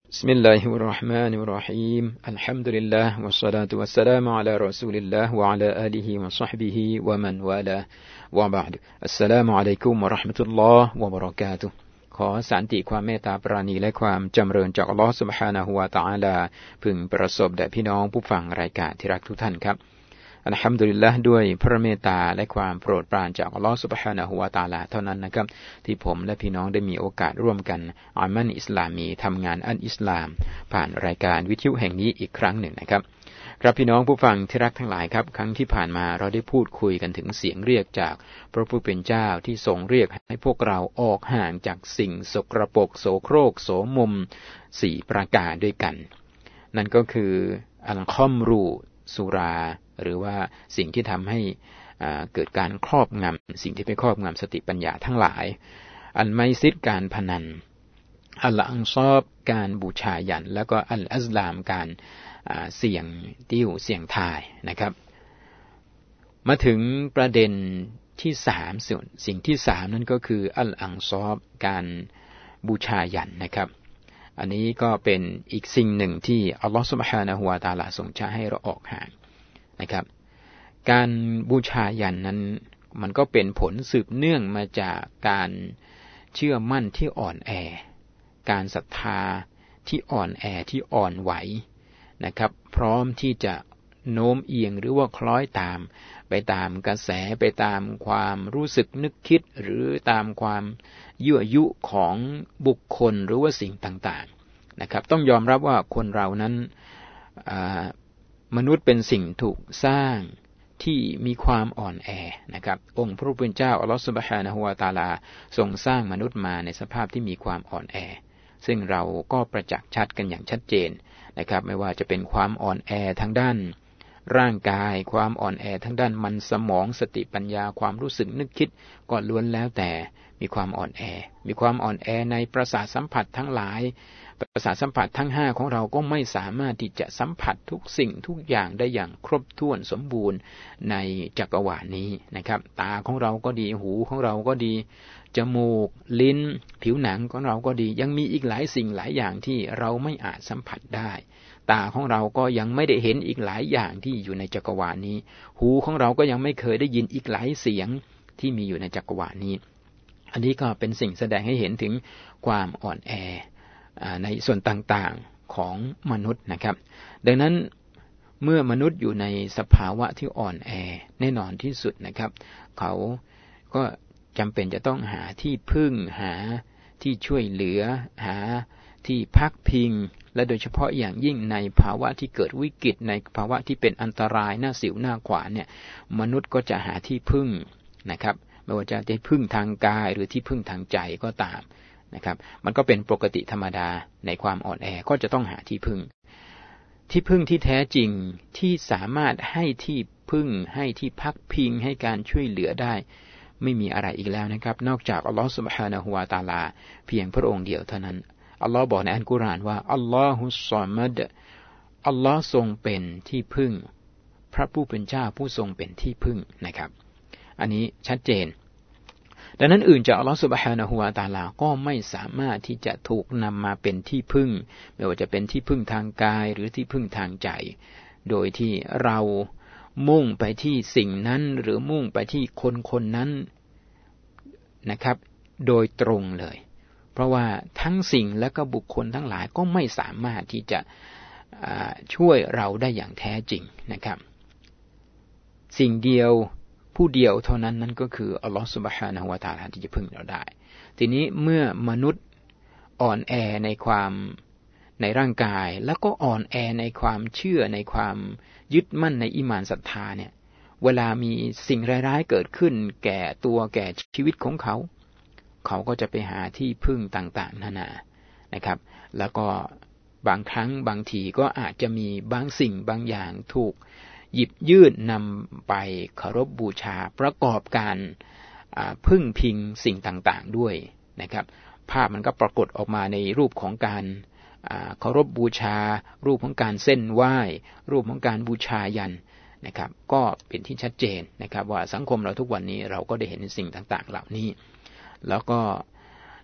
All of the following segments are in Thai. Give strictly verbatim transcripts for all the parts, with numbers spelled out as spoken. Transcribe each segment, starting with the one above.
بسم الله الرحمن الرحيم الحمد لله والصلاة والسلام على رسول الله وعلى آله وصحبه ومن والاه وبعد السلام عليكم ورحمة الله وبركاتهขอสันติความเมตตาปราณีและความจำเริญจากอัลลอฮฺซุบฮานะฮูวะตะอาลาพึงประสบแด่พี่น้องผู้ฟังรายการที่รักทุกท่านครับอัลฮัมดุลิลละห์ด้วยพระเมตตาและความโปรดปรานจากอัลลอฮฺซุบฮานะฮูวะตะอาลาเท่านั้นนะครับที่ผมและพี่น้องได้มีโอกาสร่วมกันอามันอิสลามีทำงานอันอิสลามผ่านรายการวิทยุแห่งนี้อีกครั้งหนึ่งนะครับครับพี่น้องผู้ฟังที่รักทั้งหลายครับครั้งที่ผ่านมาเราได้พูดคุยกันถึงเสียงเรียกจากพระผู้เป็นเจ้าที่ทรงเรียกให้พวกเราออกห่างจากสิ่งสกปรกโสโครกโสมมสี่ประการด้วยกันนั่นก็คืออัลคอมรูสุราหรือว่าสิ่งที่ทำให้เกิดการครอบงำสิ่งที่ไปครอบงำสติปัญญาทั้งหลายอัลไมซิดการพนันอัลอังซอบการบูชายันแล้วก็อัลอัซลามการเสี่ยงติ้วเสี่ยงทายนะครับมาถึงประเด็นที่สามส่วนสิ่งที่สามนั่นก็คืออัลอังซอบการบูชายันนะครับอันนี้ก็เป็นอีกสิ่งหนึ่งที่อัลลอฮฺซุบฮานะฮูวะตะอาลาทรงใช้ให้เราออกห่างนะครับการบูชายันนั้นมันก็เป็นผลสืบเนื่องมาจากการเชื่อมั่นที่อ่อนแอการศรัทธาที่อ่อนแอที่อ่อนไหวนะครับพร้อมที่จะโน้มเอียงหรือว่าคล้อยตามไปตามกระแสไปตามความรู้สึกนึกคิดหรือตามความยั่วยุของบุคคลหรือว่าสิ่งต่างๆนะครับต้องยอมรับว่าคนเรานั้นมนุษย์เป็นสิ่งถูกสร้างที่มีความอ่อนแอนะครับองค์พระผู้เป็นเจ้าอัลลอฮฺซุบฮานะฮูวะตะอาลาทรงสร้างมนุษย์มาในสภาพที่มีความอ่อนแอซึ่งเราก็ประจักษ์ชัดกันอย่างชัดเจนนะครับไม่ว่าจะเป็นความอ่อนแอทางด้านร่างกายความอ่อนแอทางด้านมันสมองสติปัญญาความรู้สึกนึกคิดก็ล้วนแล้วแต่มีความอ่อนแอมีความอ่อนแอในประสาทสัมผัสทั้งหลายประสาทสัมผัสทั้งห้าของเราก็ไม่สามารถที่จะสัมผัสทุกสิ่งทุกอย่างได้อย่างครบถ้วนสมบูรณ์ในจักรวาลนี้นะครับตาของเราก็ดีหูของเราก็ดีจมูกลิ้นผิวหนังของเราก็ดียังมีอีกหลายสิ่งหลายอย่างที่เราไม่อาจสัมผัสได้ตาของเราก็ยังไม่ได้เห็นอีกหลายอย่างที่อยู่ในจักรวาลนี้หูของเราก็ยังไม่เคยได้ยินอีกหลายเสียงที่มีอยู่ในจักรวาลนี้อันนี้ก็เป็นสิ่งแสดงให้เห็นถึงความอ่อนแอในส่วนต่างๆของมนุษย์นะครับดังนั้นเมื่อมนุษย์อยู่ในสภาวะที่อ่อนแอแน่นอนที่สุดนะครับเขาก็จำเป็นจะต้องหาที่พึ่งหาที่ช่วยเหลือหาที่พักพิงและโดยเฉพาะอย่างยิ่งในภาวะที่เกิดวิกฤตในภาวะที่เป็นอันตรายหน้าสิวหน้าขวานเนี่ยมนุษย์ก็จะหาที่พึ่งนะครับไม่ว่าจะได้พึ่งทางกายหรือที่พึ่งทางใจก็ตามนะครับมันก็เป็นปกติธรรมดาในความอ่อนแอก็จะต้องหาที่พึ่งที่พึ่งที่แท้จริงที่สามารถให้ที่พึ่งให้ที่พักพิงให้การช่วยเหลือได้ไม่มีอะไรอีกแล้วนะครับนอกจากอัลลอฮฺซุบฮานะฮูวะตะอาลาเพียงพระองค์เดียวเท่านั้นอัลลอฮ์บอกในอัลกุรอานว่าอัลลอฮุศอมัดอัลลอฮ์ทรงเป็นที่พึ่งพระผู้เป็นเจ้าผู้ทรงเป็นที่พึ่งนะครับอันนี้ชัดเจนดังนั้นอื่นจากอัลลอฮฺซุบฮานะฮูวะตะอาลาก็ไม่สามารถที่จะถูกนำมาเป็นที่พึ่งไม่ว่าจะเป็นที่พึ่งทางกายหรือที่พึ่งทางใจโดยที่เรามุ่งไปที่สิ่งนั้นหรือมุ่งไปที่คนคนนั้นนะครับโดยตรงเลยเพราะว่าทั้งสิ่งและก็บุคคลทั้งหลายก็ไม่สามารถที่จะช่วยเราได้อย่างแท้จริงนะครับสิ่งเดียวผู้เดียวเท่านั้นนั่นก็คืออัลลอฮฺซุบฮานะฮูวะตะอาลาที่จะพึ่งเราได้ทีนี้เมื่อมนุษย์อ่อนแอในความในร่างกายแล้วก็อ่อนแอในความเชื่อในความยึดมั่นในอีหม่านศรัทธาเนี่ยเวลามีสิ่งร้ายๆเกิดขึ้นแก่ตัวแก่ชีวิตของเขาเขาก็จะไปหาที่พึ่งต่างๆนานานะครับแล้วก็บางครั้งบางทีก็อาจจะมีบางสิ่งบางอย่างถูกหยิบยื่นนำไปเคารพบูชาประกอบการพึ่งพิงสิ่งต่างๆด้วยนะครับภาพมันก็ปรากฏออกมาในรูปของการเคารพบูชารูปของการเส้นไหว้รูปของการบูชายันนะครับก็เป็นที่ชัดเจนนะครับว่าสังคมเราทุกวันนี้เราก็ได้เห็นสิ่งต่างๆเหล่านี้แล้วก็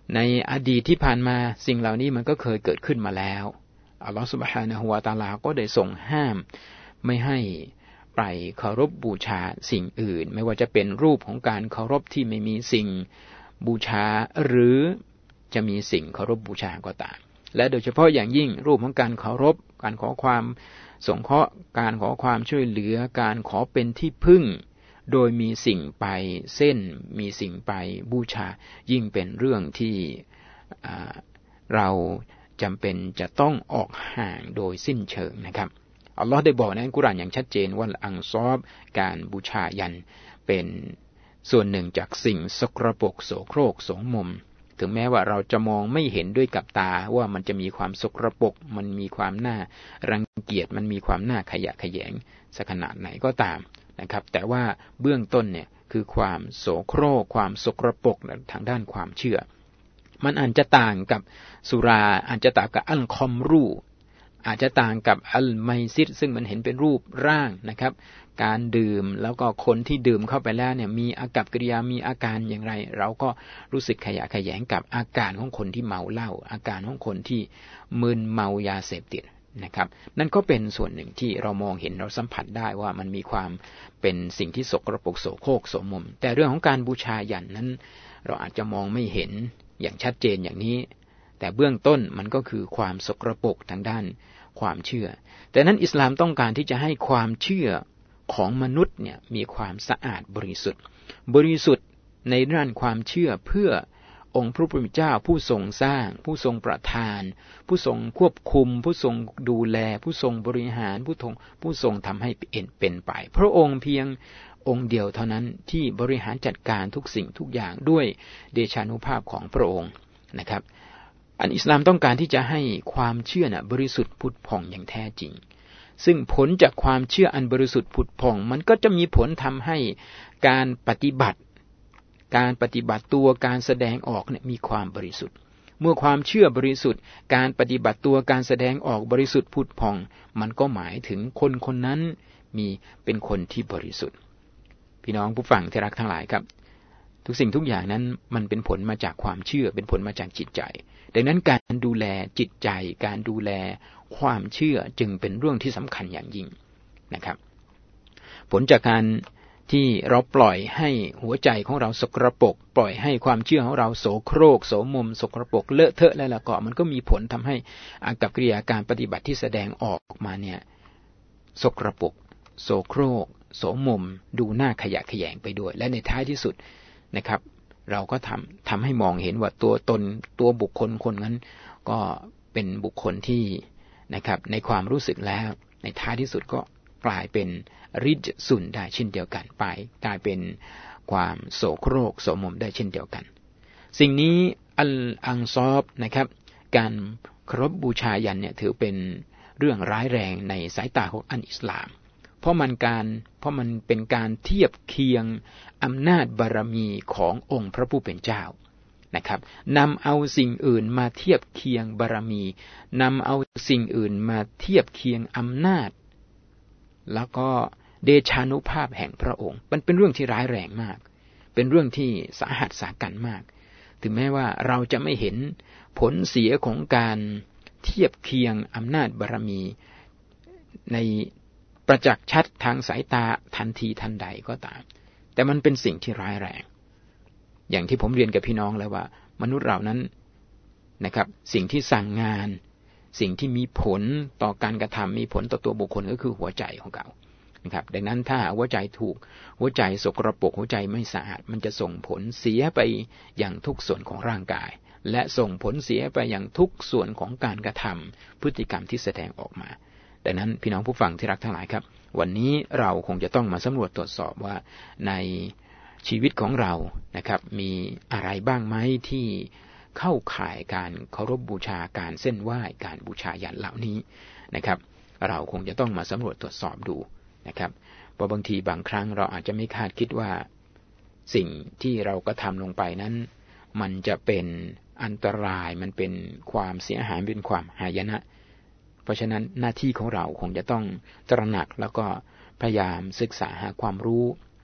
ในอดีตที่ผ่านมาสิ่งเหล่านี้มันก็เคยเกิดขึ้นมาแล้วอัลลอฮฺซุบฮานะฮูวะตะอาลาก็ได้ทรงห้ามไม่ให้ไปเคารพบูชาสิ่งอื่นไม่ว่าจะเป็นรูปของการเคารพที่ไม่มีสิ่งบูชาหรือจะมีสิ่งเคารพบูชาก็ตามและโดยเฉพาะอย่างยิ่งรูปของการเคารพการขอความสงเคราะห์การขอความช่วยเหลือการขอเป็นที่พึ่งโดยมีสิ่งไปเส้นมีสิ่งไปบูชายิ่งเป็นเรื่องที่เราจำเป็นจะต้องออกห่างโดยสิ้นเชิงนะครับอัลลอฮ์ได้บอกในอัลกุรอานอย่างชัดเจนว่าอังซอบการบูชายันเป็นส่วนหนึ่งจากสิ่งสกปรกโสโครกโสมมถึงแม้ว่าเราจะมองไม่เห็นด้วยกับตาว่ามันจะมีความสกปรกมันมีความน่ารังเกียจมันมีความน่าขยะแขยงสักขนาดไหนก็ตามนะครับแต่ว่าเบื้องต้นเนี่ยคือความโสโครกความสกปรกทางด้านความเชื่อมันอาจจะต่างกับสุราอาจจะต่างกับอัลคอมรูอาจจะต่างกับอัลไมซิดซึ่งมันเห็นเป็นรูปร่างนะครับการดื่มแล้วก็คนที่ดื่มเข้าไปแล้วเนี่ยมีอากับกิริยามีอาการอย่างไรเราก็รู้สึกขยะแขยงกับอาการของคนที่เมาเหล้าอาการของคนที่มึนเมายาเสพติดนะครับนั่นก็เป็นส่วนหนึ่งที่เรามองเห็นเราสัมผัสได้ว่ามันมีความเป็นสิ่งที่สกปรกโสโครกโสมมแต่เรื่องของการบูชายันนั้นเราอาจจะมองไม่เห็นอย่างชัดเจนอย่างนี้แต่เบื้องต้นมันก็คือความสกปรกทางด้านความเชื่อแต่นั้นอิสลามต้องการที่จะให้ความเชื่อของมนุษย์เนี่ยมีความสะอาดบริสุทธิ์บริสุทธิ์ในด้านความเชื่อเพื่อองค์พระผู้เป็นเจ้าผู้ทรงสร้างผู้ทรงประทานผู้ทรงควบคุมผู้ทรงดูแลผู้ทรงบริหารผู้ทรงผู้ทรงทำให้เป็นไปพระองค์เพียงองค์เดียวเท่านั้นที่บริหารจัดการทุกสิ่งทุกอย่างด้วยเดชานุภาพของพระองค์นะครับอันอิสลามต้องการที่จะให้ความเชื่อน่ะบริสุทธิ์ผุดผ่องอย่างแท้จริงซึ่งผลจากความเชื่ออันบริสุทธิ์ผุดผ่องมันก็จะมีผลทำให้การปฏิบัติการปฏิบัติตัวการแสดงออกเนี่ยมีความบริสุทธิ์เมื่อความเชื่อบริสุทธิ์การปฏิบัติตัวการแสดงออกบริสุทธิ์ผุดผ่องมันก็หมายถึงคนคนนั้นมีเป็นคนที่บริสุทธิ์พี่น้องผู้ฟังที่รักทั้งหลายครับทุกสิ่งทุกอย่างนั้นมันเป็นผลมาจากความเชื่อเป็นผลมาจากจิตใจดังนั้นการดูแลจิตใจการดูแลความเชื่อจึงเป็นเรื่องที่สำคัญอย่างยิ่งนะครับผลจากการที่เราปล่อยให้หัวใจของเราสกปรกปล่อยให้ความเชื่อของเราโสโครกโสมมสกปรกเลอะเทอะแล้วล่ะก็มันก็มีผลทำให้อากับกิริยาการปฏิบัติที่แสดงออกมาเนี่ยสกปรกโสโครกโสมมดูหน้าขยะแขยงไปด้วยและในท้ายที่สุดนะครับเราก็ทำทำให้มองเห็นว่าตัวตนตัวบุคคลคนนั้นก็เป็นบุคคลที่นะครับในความรู้สึกแล้วในท้ายที่สุดก็กลายเป็นริจสุนได้เช่นเดียวกันไปกลายเป็นความโสโครกโสมมได้เช่นเดียวกันสิ่งนี้อัลอังซอบนะครับการเคารพบูชายันเนี่ยถือเป็นเรื่องร้ายแรงในสายตาของอันอิสลามเพราะมันการเพราะมันเป็นการเทียบเคียงอำนาจบารมีขององค์พระผู้เป็นเจ้านะครับนำเอาสิ่งอื่นมาเทียบเคียงบารมีนำเอาสิ่งอื่นมาเทียบเคียงอำนาจแล้วก็เดชานุภาพแห่งพระองค์มันเป็นเรื่องที่ร้ายแรงมากเป็นเรื่องที่สาหัสสากันมากถึงแม้ว่าเราจะไม่เห็นผลเสียของการเทียบเคียงอำนาจบารมีในประจักษ์ชัดทางสายตาทันทีทันใดก็ตามแต่มันเป็นสิ่งที่ร้ายแรงอย่างที่ผมเรียนกับพี่น้องแล้วว่ามนุษย์เรานั้นนะครับสิ่งที่สั่งงานสิ่งที่มีผลต่อการกระทำมีผลต่อตัวบุคคลก็คือหัวใจของเขานะครับดังนั้นถ้าหัวใจถูกหัวใจสกปรกหัวใจไม่สะอาดมันจะส่งผลเสียไปอย่างทุกส่วนของร่างกายและส่งผลเสียไปอย่างทุกส่วนของการกระทำพฤติกรรมที่แสดงออกมาดังนั้นพี่น้องผู้ฟังที่รักทั้งหลายครับวันนี้เราคงจะต้องมาสำรวจตรวจสอบว่าในชีวิตของเรานะครับมีอะไรบ้างไหมที่เข้าข่ายการเคารพบูชาการเส้นไหว้การบูชายันเหล่านี้นะครับเราคงจะต้องมาสำรวจตรวจสอบดูนะครับเพราะบางทีบางครั้งเราอาจจะไม่คาดคิดว่าสิ่งที่เรากระทำลงไปนั้นมันจะเป็นอันตรายมันเป็นความเสียหายเป็นความหายนะเพราะฉะนั้นหน้าที่ของเราคงจะต้องตระหนักแล้วก็พยายามศึกษาหาความรู้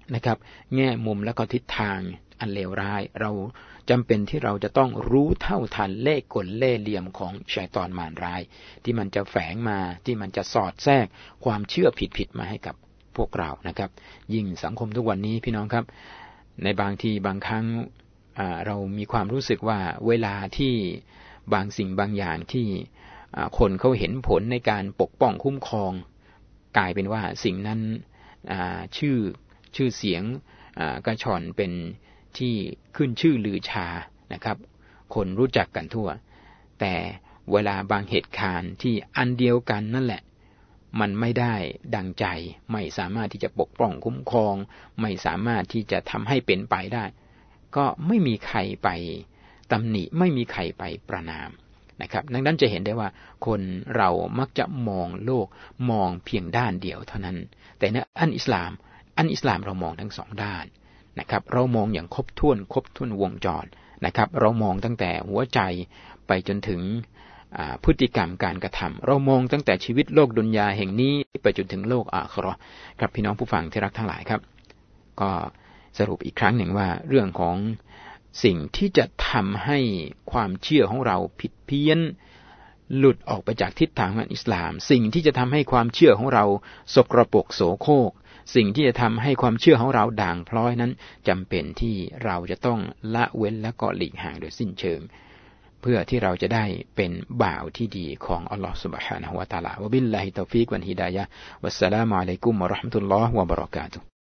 นะครับแง่มุมและก็ทิศทางอันเลวร้ายเราจำเป็นที่เราจะต้องรู้เท่าทันเล่ห์กลเล่ห์เหลี่ยมของชัยฏอนมารร้ายที่มันจะแฝงมาที่มันจะสอดแทรกความเชื่อผิดๆมาให้กับพวกเรานะครับยิ่งสังคมทุกวันนี้พี่น้องครับในบางทีบางครั้งเรามีความรู้สึกว่าเวลาที่บางสิ่งบางอย่างที่คนเขาเห็นผลในการปกป้องคุ้มครองกลายเป็นว่าสิ่งนั้นชื่อชื่อเสียงกระชอนเป็นที่ขึ้นชื่อลือชานะครับคนรู้จักกันทั่วแต่เวลาบางเหตุการณ์ที่อันเดียวกันนั่นแหละมันไม่ได้ดังใจไม่สามารถที่จะปกป้องคุ้มครองไม่สามารถที่จะทำให้เป็นไปได้ก็ไม่มีใครไปตำหนิไม่มีใครไปประณามนะครับดังนั้นจะเห็นได้ว่าคนเรามักจะมองโลกมองเพียงด้านเดียวเท่านั้นแต่ในอันอิสลามอันอิสลามเรามองทั้งสองด้านนะครับเรามองอย่างครบถ้วนครบถ้วนวงจรนะครับเรามองตั้งแต่หัวใจไปจนถึงพฤติกรรมการกระทำเรามองตั้งแต่ชีวิตโลกดุนยาแห่งนี้ไปจนถึงโลกอาคิเราะห์ครับพี่น้องผู้ฟังที่รักทั้งหลายครับก็สรุปอีกครั้งหนึ่งว่าเรื่องของสิ่งที่จะทำให้ความเชื่อของเราผิดเพี้ยนหลุดออกไปจากทิศทางของอิสลามสิ่งที่จะทำให้ความเชื่อของเราสกปรกโสโครกสิ่งที่จะทำให้ความเชื่อของเราด่างพร้อยนั้นจำเป็นที่เราจะต้องละเว้นและก็หลีกห่างโดยสิ้นเชิงเพื่อที่เราจะได้เป็นบ่าวที่ดีของอัลลอฮฺซุบฮานะฮูวะตะอาลาวะบิลลาฮิตอฟิกวัลฮิดายะฮ์วัสสลามุอะลัยกุมวะเราะห์มะตุลลอฮ์วะบะเราะกาตุฮ์